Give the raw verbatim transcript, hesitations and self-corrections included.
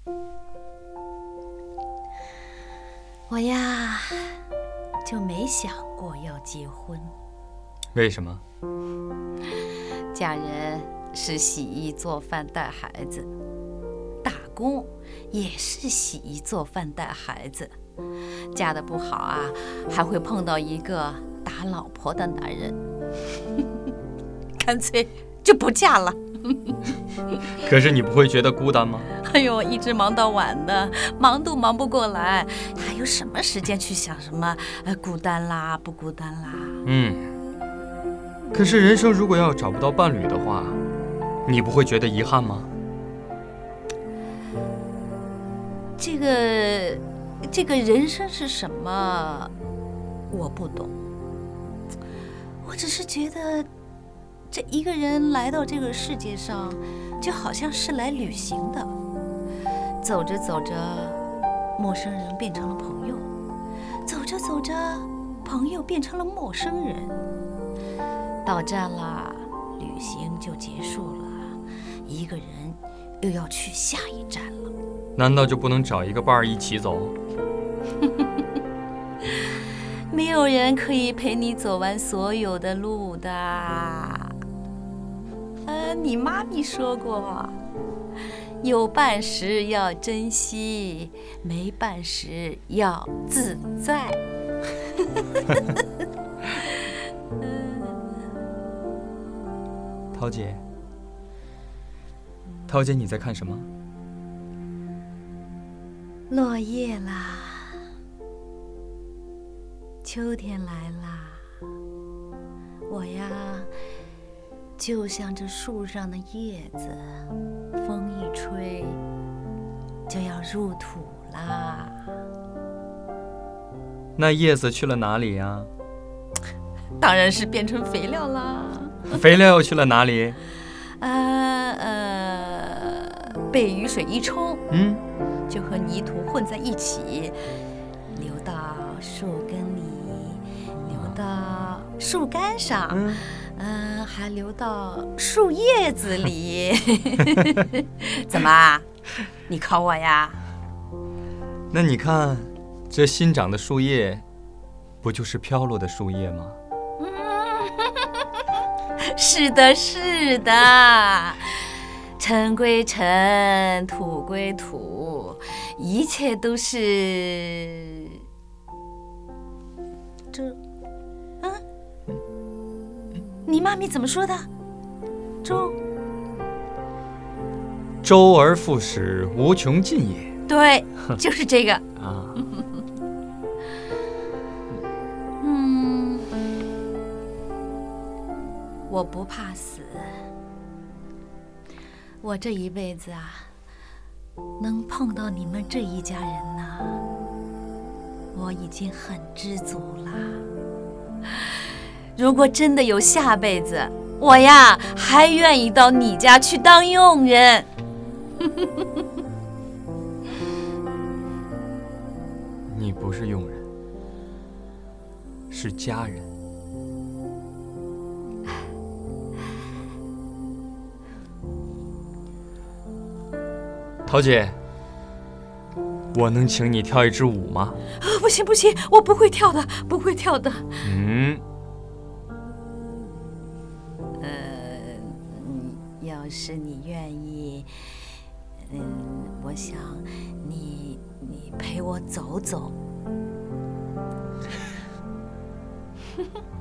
我呀，就没想过要结婚。 为什么？ 嫁人是洗衣做饭带孩子，打工也是洗衣做饭带孩子。嫁得不好啊，还会碰到一个打老婆的男人，干脆就不嫁了。 可是你不会觉得孤单吗？ 哎呦，一直忙到晚的，忙都忙不过来，还有什么时间去想什么呃孤单啦不孤单啦？ 嗯。可是人生如果要找不到伴侣的话，你不会觉得遗憾吗？ 这个这个人生是什么，我不懂。我只是觉得，这一个人来到这个世界上，就好像是来旅行的。走着走着，陌生人变成了朋友；走着走着，朋友变成了陌生人。到站了，旅行就结束了，一个人又要去下一站了。 难道就不能找一个伴儿一起走？ 没有人可以陪你走完所有的路的。呃，你妈咪说过，有伴时要珍惜，没伴时要自在。 涛姐，涛姐，你在看什么？ 落叶啦，秋天来啦，我呀，就像这树上的叶子，风一吹，就要入土啦。 那叶子去了哪里呀？ 当然是变成肥料啦。 肥料又去了哪里？ 呃呃，被雨水一冲， 嗯， 就和泥土混在一起，流到树根里，流到树干上，嗯、呃，还流到树叶子里。怎么？你考我呀？ 那你看，这新长的树叶，不就是飘落的树叶吗？ 是的，是的，尘归尘，土归土，一切都是这……嗯，你妈咪怎么说的？周周而复始，无穷尽也。 对，就是这个啊。 我不怕死，我这一辈子啊，能碰到你们这一家人呐，我已经很知足了。如果真的有下辈子，我呀还愿意到你家去当佣人。 你不是佣人，是家人。陶姐，我能请你跳一支舞吗？ 啊，不行不行，我不会跳的，不会跳的。 嗯。 呃，要是你愿意，嗯，我想你你陪我走走。